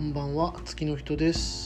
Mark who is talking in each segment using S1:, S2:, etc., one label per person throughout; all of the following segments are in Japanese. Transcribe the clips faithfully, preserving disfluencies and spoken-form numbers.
S1: こんばんは、月の人です、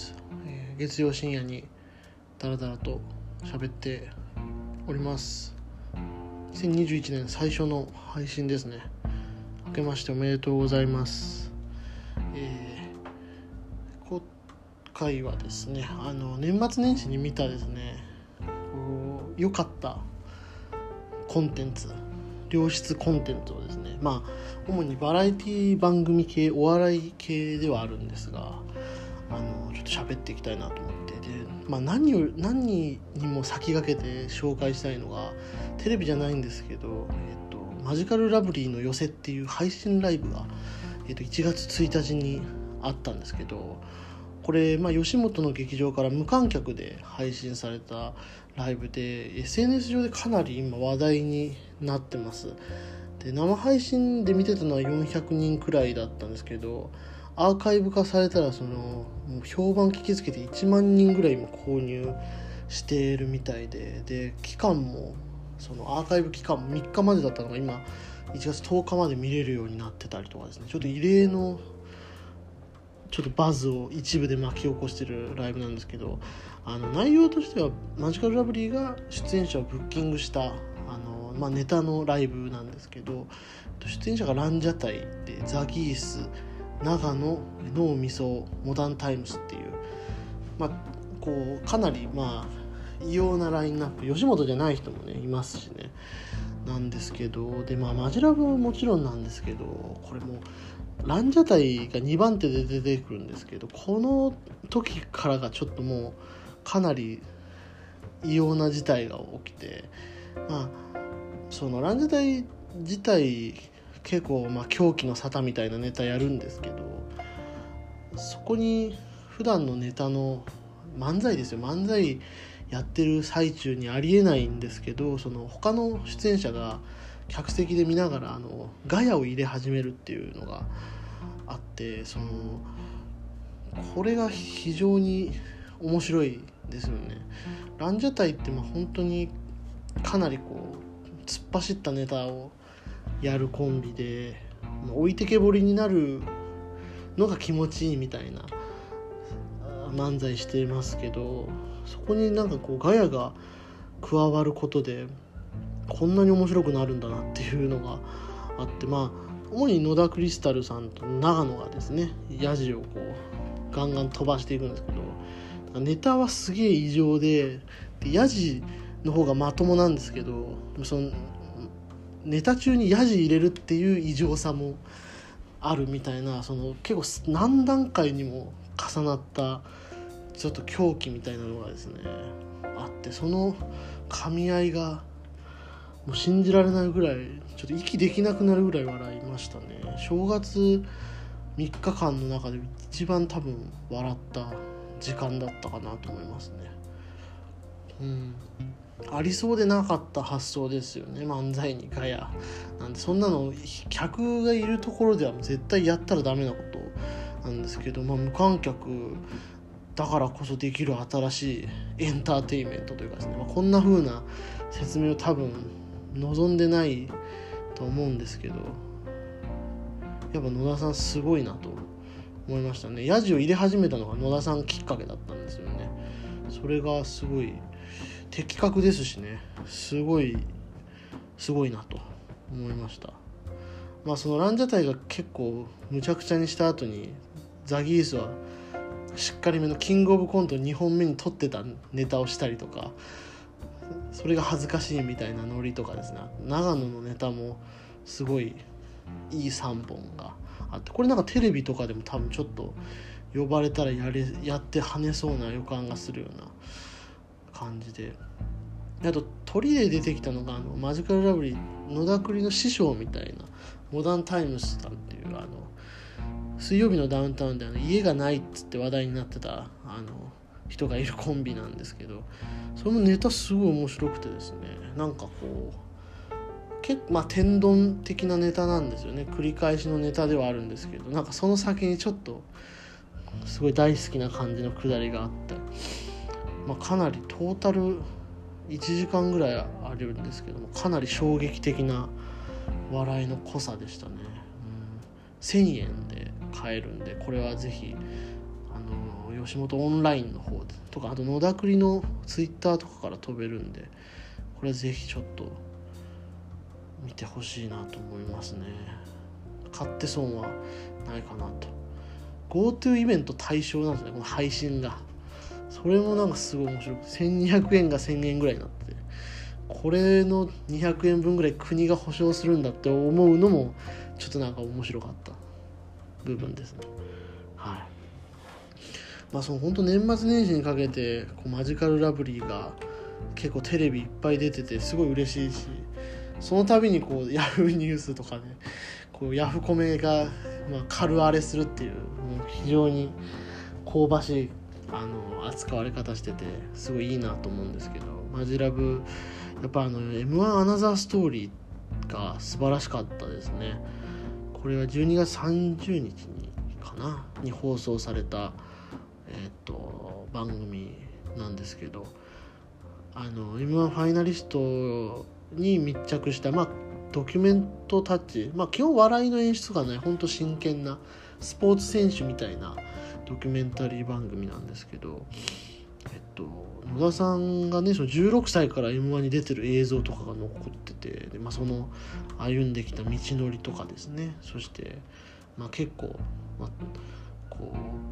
S1: えー、月曜深夜にダラダラと喋っております。にせんにじゅういちねん最初の配信ですね。明けましておめでとうございます。えー、今回はですね、あの年末年始に見たですね、良かったコンテンツ、良質コンテンツをですね、まあ主にバラエティ番組系、お笑い系ではあるんですが、あのちょっと喋っていきたいなと思って、で、まあ、何を何にも先駆けて紹介したいのがテレビじゃないんですけど、えっと、マジカルラブリーの寄せっていう配信ライブが、えっと、いちがつついたちにあったんですけど、これ、まあ、吉本の劇場から無観客で配信されたライブで エスエヌエス 上でかなり今話題になってます。で、生配信で見てたのはよんひゃくにんくらいだったんですけど、アーカイブ化されたらそのもう評判聞きつけていちまんにんぐらい今購入しているみたいで、で期間もそのアーカイブ期間もみっかまでだったのが今いちがつとおかまで見れるようになってたりとかですね、ちょっと異例のちょっとバズを一部で巻き起こしているライブなんですけど、あの内容としてはマジカルラブリーが出演者をブッキングしたあの、まあ、ネタのライブなんですけど、出演者がランジャタイでザギース、長野、脳みそ、モダンタイムスっていう、まあ、こうかなりまあ異様なラインナップ、吉本じゃない人もねいますしね、なんですけど、でまあマジラブももちろんなんですけど、これもランジャタイがにばん手で出てくるんですけど、この時からがちょっともうかなり異様な事態が起きて、まあそのランジャタイ自体結構まあ狂気の沙汰みたいなネタやるんですけど、そこに普段のネタの漫才ですよ、漫才やってる最中にありえないんですけど、その他の出演者が客席で見ながらあのガヤを入れ始めるっていうのがあって、そのこれが非常に面白いですよね。ランジャタイってまあ本当にかなりこう突っ走ったネタをやるコンビで、置いてけぼりになるのが気持ちいいみたいな漫才してますけど、そこになんかこうガヤが加わることでこんなに面白くなるんだなっていうのがあって、まあ主に野田クリスタルさんと長野がですねヤジをこうガンガン飛ばしていくんですけど、ネタはすげえ異常で、でヤジの方がまともなんですけど、そのネタ中にヤジ入れるっていう異常さもあるみたいな、その結構何段階にも重なったちょっと狂気みたいなのがですねあって、その噛み合いがもう信じられないぐらい、ちょっと息できなくなるぐらい笑いましたね。正月みっかかんの中で一番多分笑った時間だったかなと思いますね。うん、ありそうでなかった発想ですよね、漫才にガヤなんで。そんなの客がいるところでは絶対やったらダメなことなんですけど、まあ、無観客だからこそできる新しいエンターテインメントというかですね、まあ、こんな風な説明を多分望んでないと思うんですけど、やっぱ野田さんすごいなと思いましたね。ヤジを入れ始めたのが野田さんきっかけだったんですよね。それがすごい的確ですしね、すごいすごいなと思いました。まあそのランジャタイが結構むちゃくちゃにした後にザギースはしっかりめのキングオブコントにほんめに撮ってたネタをしたりとか、それが恥ずかしいみたいなノリとかですね、長野のネタもすごいいいさんぼんがあって、これなんかテレビとかでも多分ちょっと呼ばれたらやれやって跳ねそうな予感がするような感じで、あと鳥で出てきたのがあのマジカルラブリー野田クリの師匠みたいなモダンタイムスさんっていうあの水曜日のダウンタウンであの家がないっつって話題になってたあの人がいるコンビなんですけど、そのネタすごい面白くてですね、なんかこう結構まあ天丼的なネタなんですよね。繰り返しのネタではあるんですけど、なんかその先にちょっとすごい大好きな感じのくだりがあって、まあ、かなりトータルいちじかんぐらいあるんですけども、かなり衝撃的な笑いの濃さでしたね。 せんえんで買えるんで、これはぜひあの吉本オンラインの方でとか、あと野田栗のツイッターとかから飛べるんで、これはぜひちょっと見てほしいなと思いますね。買って損はないかなと。 GoTo イベント対象なんですね、この配信が。それもなんかすごい面白くて、せんにひゃくえんがせんえんぐらいになって、これのにひゃくえんぶんぐらい国が保証するんだって思うのもちょっとなんか面白かった部分ですね。はい。まあその本当年末年始にかけてこうマジカルラブリーが結構テレビいっぱい出ててすごい嬉しいし、その度にこうヤフーニュースとかで、ね、こうヤフコメがまあ軽荒れするっていう、もう非常に香ばしいあの扱われ方しててすごいいいなと思うんですけど、マジラブやっぱあの エムワン アナザーストーリーが素晴らしかったですね。これはじゅうにがつさんじゅうにちにかなに放送されたえっと番組なんですけど、あの エムワン ファイナリストに密着した、まあ、ドキュメントタッチ、まあ、基本笑いの演出がない本当真剣なスポーツ選手みたいなドキュメンタリー番組なんですけど、えっと、野田さんがねそのじゅうろくさいから エムワン に出てる映像とかが残ってて、で、まあ、その歩んできた道のりとかですね、そして、まあ、結構、まあ、こ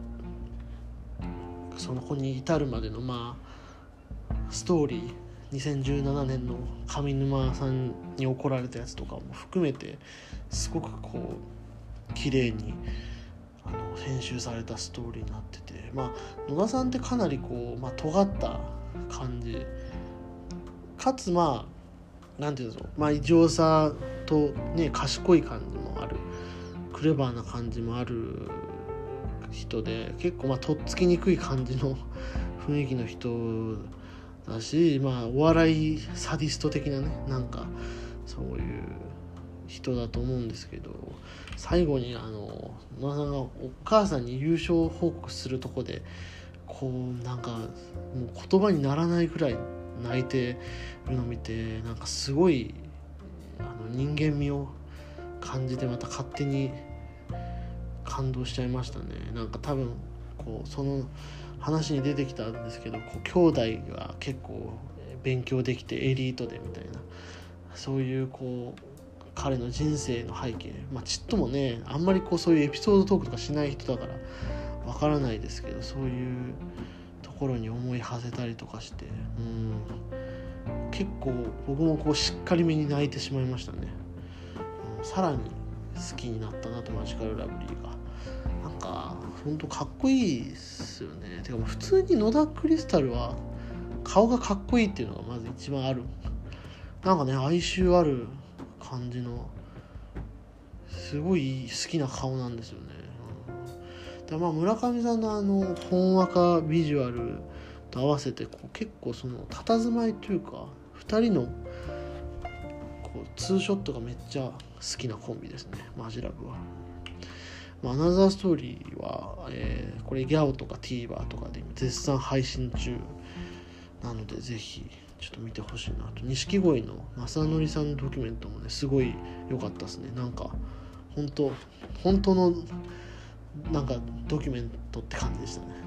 S1: うその子に至るまでの、まあ、ストーリーにせんじゅうななねんの上沼さんに怒られたやつとかも含めてすごくこう綺麗にあの編集されたストーリーになってて、まあ、野田さんってかなりこう、まあ、尖った感じかつ、まあなんていうんですか、まあ、異常さと、ね、賢い感じもある、クレバーな感じもある人で、結構まあとっつきにくい感じの雰囲気の人だし、まあお笑いサディスト的なね、なんかそういう人だと思うんですけど、最後にあの野田さんがお母さんに優勝報告するとこでこうなんかもう言葉にならないくらい泣いてるのを見て、なんかすごいあの人間味を感じて、また勝手に感動しちゃいましたね。なんか多分こうその話に出てきたんですけど、こう兄弟が結構勉強できてエリートでみたいな、そういうこう彼の人生の背景、まあ、ちっともねあんまりこうそういうエピソードトークとかしない人だからわからないですけど、そういうところに思い馳せたりとかして、うん、結構僕もこうしっかりめに泣いてしまいましたね。うん、さらに好きになったなと、マジカルラブリーがなんか本当かっこいいですよね。てか普通に野田クリスタルは顔がかっこいいっていうのがまず一番ある。なんかね哀愁ある感じのすごい好きな顔なんですよね。うん、でまあ村上さんのあのほんわかビジュアルと合わせてこう結構その佇まいというかふたりのこうツーショットがめっちゃ好きなコンビですね、マジラブは。まあ、アナザーストーリーは、えー、これギャオとか TVer とかで絶賛配信中なのでぜひちょっと見てほしいなと。錦鯉の正則さんのドキュメントもねすごい良かったですね。なんか本当本当のなんかドキュメントって感じでしたね。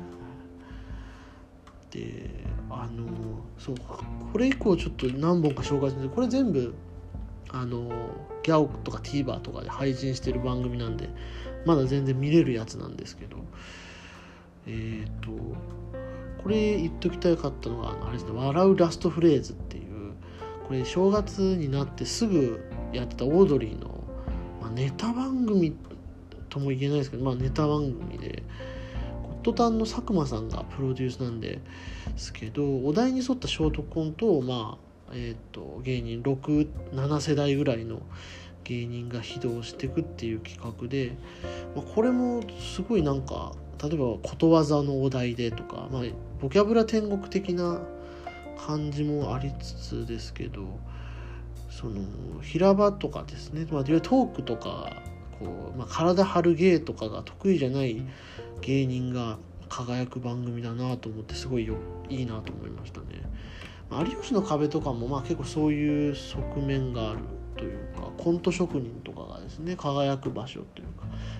S1: であのそうこれ以降ちょっと何本か紹介するんで、これ全部あのギャオとか TVer とかで配信してる番組なんでまだ全然見れるやつなんですけど、えっとこれ言っときたかったのがあのあれですね、笑うラストフレーズっていう、これ正月になってすぐやってたオードリーの、まあ、ネタ番組とも言えないですけど、まあ、ネタ番組でゴッドタンの佐久間さんがプロデュースなんですけど、お題に沿ったショートコントを、まあえー、と芸人ろく、なな世代ぐらいの芸人が披露していくっていう企画で、まあ、これもすごいなんか例えばことわざのお題でとか、まあ、ボキャブラ天国的な感じもありつつですけど、その平場とかですね、まあ、いわゆるトークとかこう、まあ、体張る芸とかが得意じゃない芸人が輝く番組だなと思ってすごいよいいなと思いましたね。有吉の壁とかもまあ結構そういう側面があるというか、コント職人とかがですね輝く場所というか、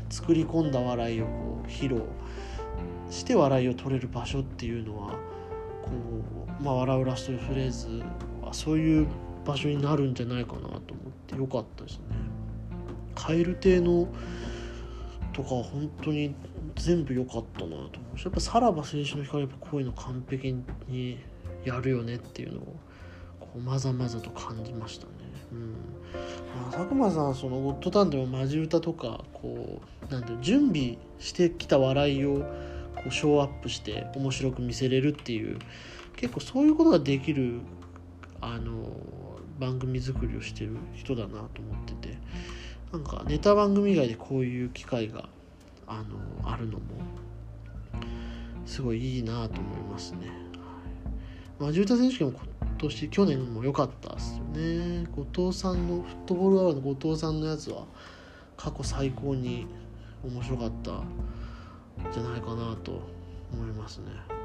S1: 作り込んだ笑いをこう披露して笑いを取れる場所っていうのはこう、まあ、笑うラストフレーズはそういう場所になるんじゃないかなと思ってよかったですね。蛙亭のとか本当に全部良かったなと思うし、やっぱさらば青春の光やっぱこういうの完璧にやるよねっていうのをこうまざまざと感じましたね。うん、佐久間さんそのゴッドタンでもマジ歌とかこうなんて準備してきた笑いをこうショーアップして面白く見せれるっていう結構そういうことができるあの番組作りをしてる人だなと思ってて、なんかネタ番組以外でこういう機会があのあるのもすごいいいなと思いますね。マジ歌選手権も今年去年も良かったですよね。後藤さんのフットボールアワーの後藤さんのやつは過去最高に面白かったんじゃないかなと思いますね。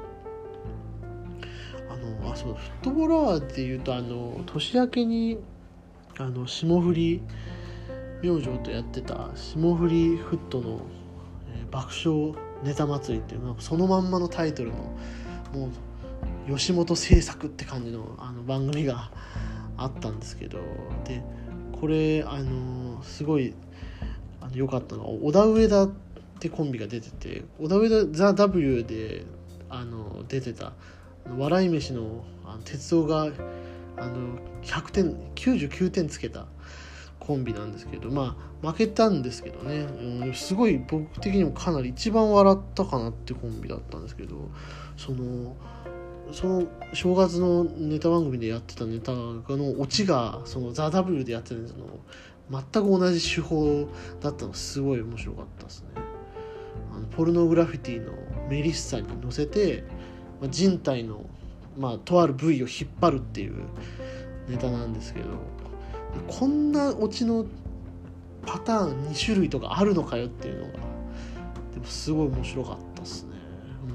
S1: あのあそうフットボールアワーっていうとあの年明けにあの霜降り明星とやってた霜降りフットの、えー、爆笑ネタ祭りっていうなんかそのまんまのタイトルのもう吉本制作って感じのあの番組があったんですけど、でこれあのすごいあの良かったのは小田上田ってコンビが出てて、小田上田ザ・ W であの出てた笑い飯のあの哲夫があのひゃくてんきゅうじゅうきゅうてんつけたコンビなんですけど、まあ負けたんですけどね、うん、すごい僕的にもかなり一番笑ったかなってコンビだったんですけど、そのその正月のネタ番組でやってたネタのオチがそのザ・ W でやってるんですけど全く同じ手法だったのすごい面白かったですね。あのポルノグラフィティのメリッサに乗せて、まあ、人体の、まあ、とある部位を引っ張るっていうネタなんですけど、こんなオチのパターンに種類とかあるのかよっていうのがでもすごい面白かったですね。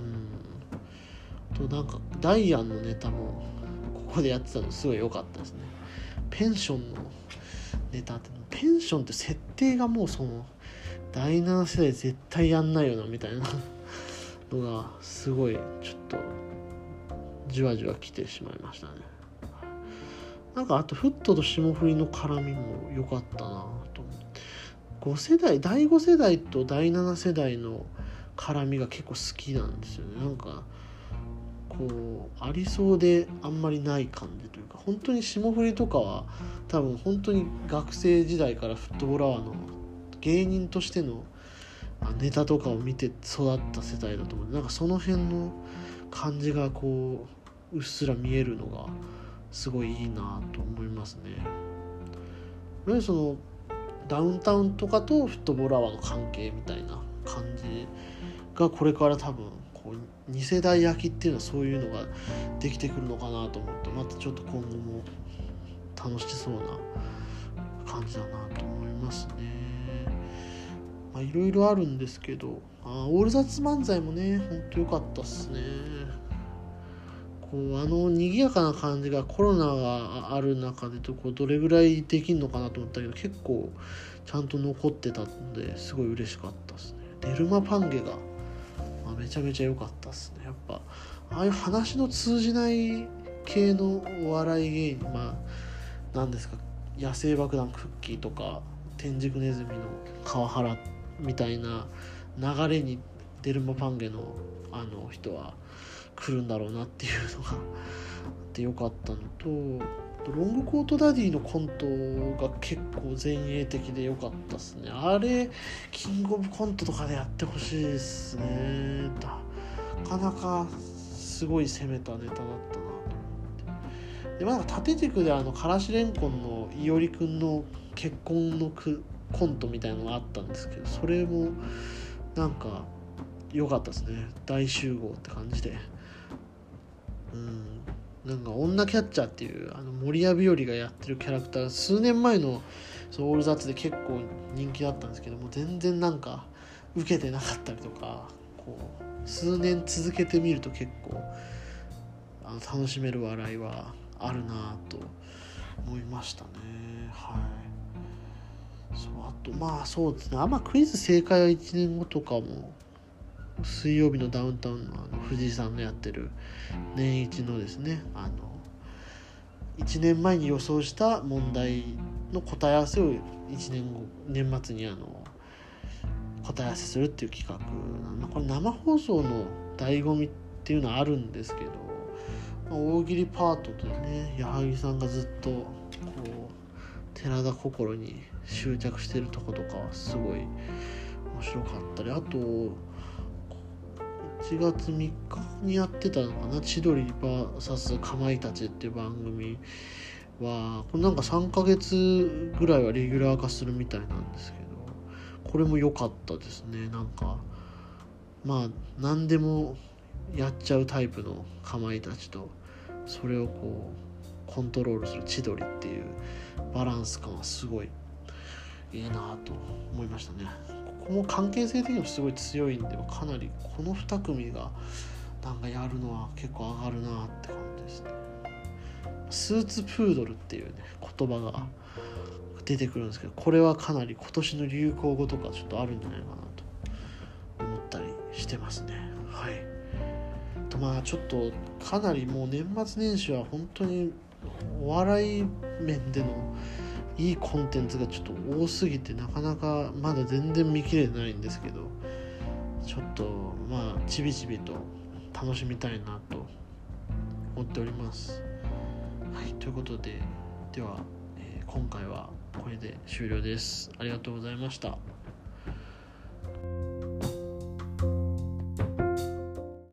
S1: うんとなんかダイアンのネタもここでやってたのすごい良かったですね。ペンションのネタってペンションって設定がもうそのだいなな世代絶対やんないよなみたいなのがすごいちょっとじわじわ来てしまいましたね。なんかあとフットと霜降りの絡みも良かったなと思って、ご世代だいご世代とだいなな世代の絡みが結構好きなんですよね。なんかこうありそうであんまりない感じというか、本当に霜降りとかは多分本当に学生時代からフットボールアワーの芸人としてのネタとかを見て育った世代だと思う。なんかその辺の感じがこううっすら見えるのがすごいいいなと思いますね。やはりそのダウンタウンとかとフットボールアワーの関係みたいな感じがこれから多分こうに世代焼きっていうのはそういうのができてくるのかなと思って、またちょっと今後も楽しそうな感じだなと思いますね。まあいろいろあるんですけど、あオールザッツ漫才もねほんと良かったっすね。こうあの賑やかな感じがコロナがある中でどこどれぐらいできるのかなと思ったけど結構ちゃんと残ってたのですごい嬉しかったですね。デルマパンゲが、まあ、めちゃめちゃ良かったですね。やっぱああいう話の通じない系のお笑い芸人、まあなんですか野生爆弾クッキーとか天竺ネズミの川原みたいな流れにデルマパンゲのあの人は来るんだろうなっていうのがあってよかったのと、ロングコートダディのコントが結構前衛的でよかったですね。あれキングオブコントとかでやってほしいですね。なかなかすごい攻めたネタだったなと思って。でもなんか縦軸であのからしれんこんのいおりくんの結婚のコントみたいなのがあったんですけど、それもなんか良かったですね。大集合って感じで、うん、なんか女キャッチャーっていうあの森谷日和がやってるキャラクター数年前のそのオールザッツで結構人気だったんですけども、全然なんか受けてなかったりとか、こう数年続けてみると結構あの楽しめる笑いはあるなと思いましたね。はい。 そうあとまあそうですね、あんまクイズ正解はいちねんごとかも水曜日のダウンタウンのあの藤井さんのやってる年一のですね、あのいちねんまえに予想した問題の答え合わせをいちねんご年末にあの答え合わせするっていう企画、まあ、これ生放送の醍醐味っていうのはあるんですけど、まあ、大喜利パートでね矢作さんがずっとこう寺田心に執着してるとことかはすごい面白かったり、あといちがつみっかにやってたのかな、千鳥 ブイエス かまいたちっていう番組はこれなんかさんかげつぐらいはレギュラー化するみたいなんですけど、これも良かったですね。なんかまあ何でもやっちゃうタイプのかまいたちと、それをこうコントロールする千鳥っていうバランス感はすごいいいなと思いましたね。ここも関係性的にもすごい強いんで、かなりこのに組がなんかやるのは結構上がるなって感じですね。スーツプードルっていうね言葉が出てくるんですけど、これはかなり今年の流行語とかちょっとあるんじゃないかなと思ったりしてますね。はい。とまあちょっとかなりもう年末年始は本当にお笑い面でのいいコンテンツがちょっと多すぎてなかなかまだ全然見切れてないんですけど、ちょっとまあちびちびと楽しみたいなと思っております。はい、ということででは、えー、今回はこれで終了です。ありがとうございました。